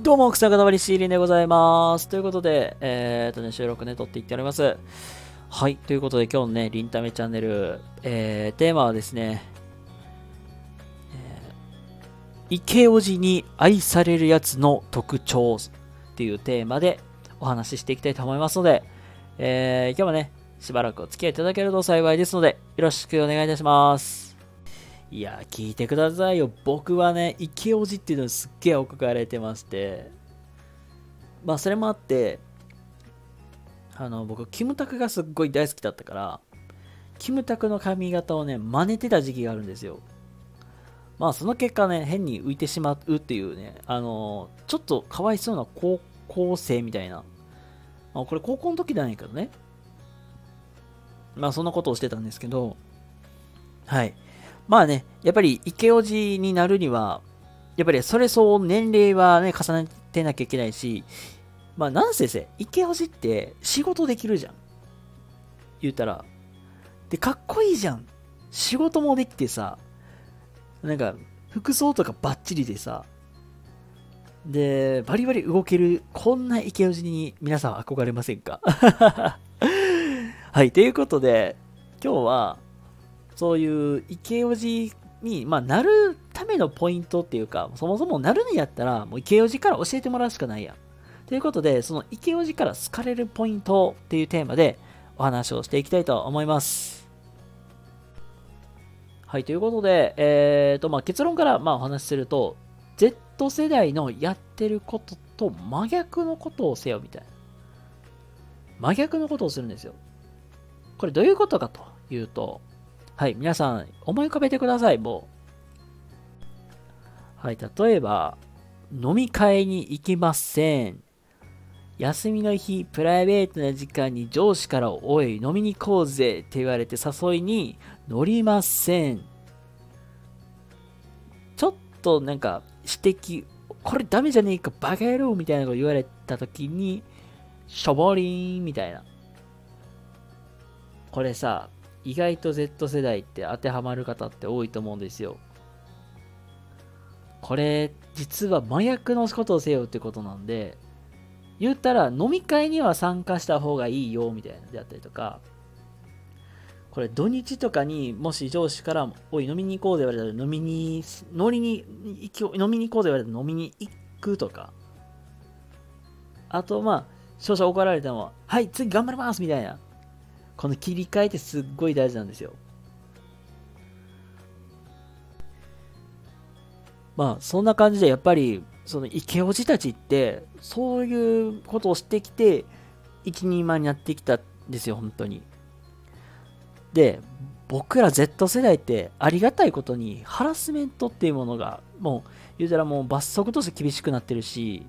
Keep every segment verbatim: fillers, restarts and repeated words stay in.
どうも、草かたまりシーリンでございます。ということで、えーとね、収録ね、撮っていっております。はい、ということで今日のね、リンタメチャンネル、えー、テーマはですね、えー、イケオジに愛されるやつの特徴っていうテーマでお話ししていきたいと思いますので、えー、今日もね、しばらくお付き合いいただけると幸いですので、よろしくお願いいたします。いや、聞いてくださいよ。僕はね、イケオジっていうのにすっげえ憧れてまして、まあそれもあって、あの、僕、キムタクがすっごい大好きだったから、キムタクの髪型をね、真似てた時期があるんですよ。まあその結果ね、変に浮いてしまうっていうね、あのちょっとかわいそうな高校生みたいな。まあこれ高校の時じゃないけどね。まあそんなことをしてたんですけど、はい。まあね、やっぱりイケオジになるには、やっぱりそれ相応年齢はね、重ねてなきゃいけないし、まあなんせせ、イケオジって仕事できるじゃん。言うたら。で、かっこいいじゃん。仕事もできてさ、なんか、服装とかバッチリでさ、で、バリバリ動ける、こんなイケオジに皆さん憧れませんか？はい、ということで、今日は、そういうイケオジに、まあ、なるためのポイントっていうか、そもそもなるんやったら、もうイケオジから教えてもらうしかないやん。ということで、そのイケオジから好かれるポイントっていうテーマでお話をしていきたいと思います。はい、ということで、えーと、まあ、結論からまあお話しすると、Z 世代のやってることと真逆のことをせよみたいな。真逆のことをするんですよ。これどういうことかというと、はい、皆さん思い浮かべてください、もう。はい、例えば、飲み会に行きません。休みの日、プライベートな時間に上司からおい、飲みに行こうぜって言われて誘いに乗りません。ちょっとなんか指摘、これダメじゃねえか、バカ野郎みたいなこと言われた時に、しょぼりーんみたいな。これさ、意外と Z 世代って当てはまる方って多いと思うんですよ。これ、実は麻薬のことをせよってことなんで、言ったら飲み会には参加した方がいいよみたいなであったりとか、これ土日とかにもし上司からおい飲みに行こうぜ言われたら飲みに乗りに飲みに行こうぜ言われたら飲みに行くとか、あとまあ少々怒られてもはい次頑張りますみたいな、この切り替えってすっごい大事なんですよ。まあそんな感じでやっぱりそのイケオジたちってそういうことをしてきて一人前になってきたんですよ本当に。で、僕ら Z 世代ってありがたいことにハラスメントっていうものがもう言うたらもう罰則として厳しくなってるし、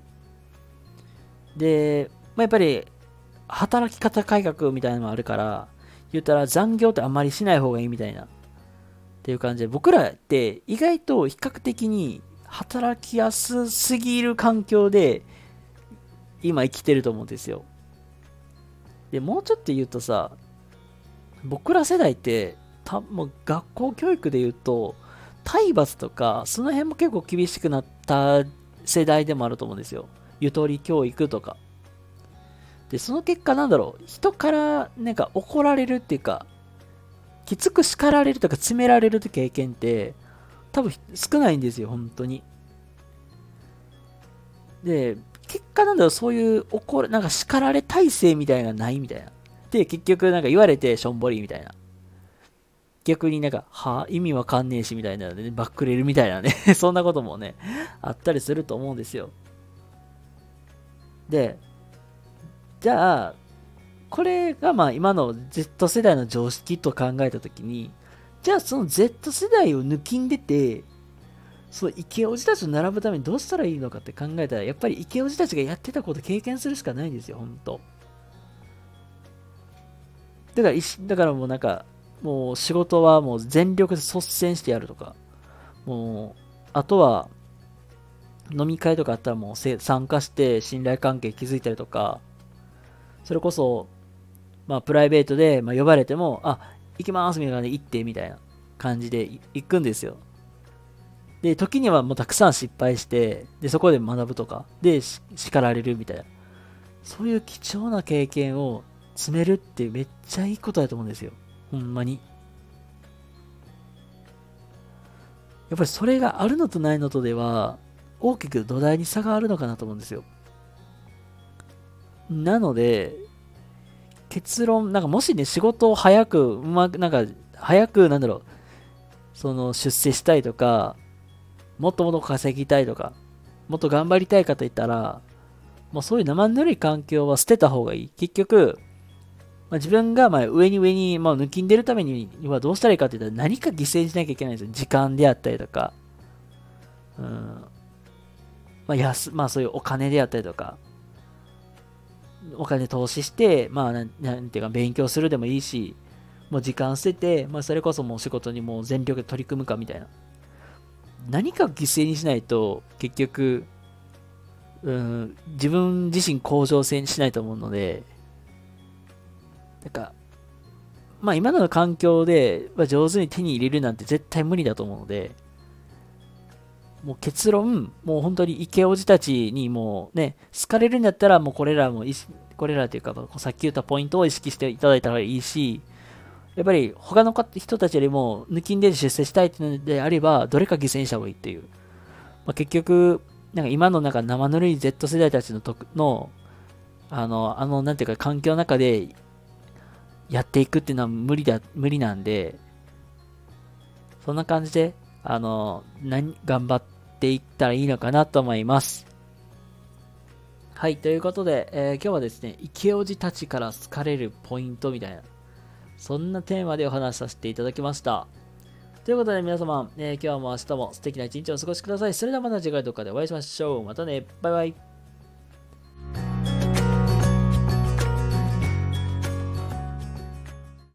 で、まあ、やっぱり働き方改革みたいなのもあるから、言ったら残業ってあんまりしない方がいいみたいなっていう感じで、僕らって意外と比較的に働きやすすぎる環境で今生きてると思うんですよ。で、もうちょっと言うとさ、僕ら世代ってたもう学校教育で言うと体罰とかその辺も結構厳しくなった世代でもあると思うんですよ。ゆとり教育とかで、その結果なんだろう、人からなんか怒られるっていうかきつく叱られるとか詰められるって経験って多分少ないんですよ本当に。で、結果なんだろう、そういう怒るなんか叱られ体制みたいなのがないみたいなで、結局なんか言われてしょんぼりみたいな、逆になんか、は意味わかんねえしみたいなので、ね、バックれるみたいなねそんなこともね、あったりすると思うんですよ。で、じゃあ、これがまあ今の Z 世代の常識と考えたときに、じゃあその Z 世代を抜きんでて、そのイケオジたちと並ぶためにどうしたらいいのかって考えたら、やっぱりイケオジたちがやってたこと経験するしかないんですよ、ほんと。だから、だからもうなんか、もう仕事はもう全力で率先してやるとか、もう、あとは、飲み会とかあったらもう参加して信頼関係築いたりとか、それこそ、まあプライベートで、まあ、呼ばれても、あ、行きますみたいな感じで行ってみたいな感じで行くんですよ。 で、時にはもうたくさん失敗して、で、そこで学ぶとか、で、叱られるみたいな。そういう貴重な経験を積めるってめっちゃいいことだと思うんですよ。ほんまに。やっぱりそれがあるのとないのとでは、大きく土台に差があるのかなと思うんですよ。なので、結論、なんかもしね、仕事を早く、うまく、なんか、早く、なんだろう、その、出世したいとか、もっともっと稼ぎたいとか、もっと頑張りたいかといったら、もうそういう生ぬるい環境は捨てた方がいい。結局、まあ、自分がまあ上に上に、まあ、抜きんでるためにはどうしたらいいかって言ったら何か犠牲にしなきゃいけないんですよ。時間であったりとか、うん、まあ、安、まあそういうお金であったりとか、お金投資して、まあなん、なんていうか勉強するでもいいし、もう時間捨てて、まあそれこそもう仕事にもう全力で取り組むかみたいな。何かを犠牲にしないと、結局、うん、自分自身向上しないと思うので、なんか、まあ今の環境で、まあ、上手に手に入れるなんて絶対無理だと思うので、もう結論、もう本当に池王子たちにもうね、好かれるんだったらもうこれらも意識、これらというか、さっき言ったポイントを意識していただいたらいいし、やっぱり他の人たちよりも抜きんで出世したいっていうのであれば、どれか犠牲にした方がいいっていう。まあ、結局、なんか今のなんか生ぬるい Z 世代たちのとの、あの、あの、なんていうか環境の中でやっていくっていうのは無理だ、無理なんで、そんな感じで、あの、何、頑張っていったらいいのかなと思います。はい、ということで、えー今日はですね、池オジたちから好かれるポイントみたいな、そんなテーマでお話しさせていただきました。ということで皆様、えー今日も明日も素敵な一日をお過ごしください。それではまた次回どっかでお会いしましょう。またね、バイバイ。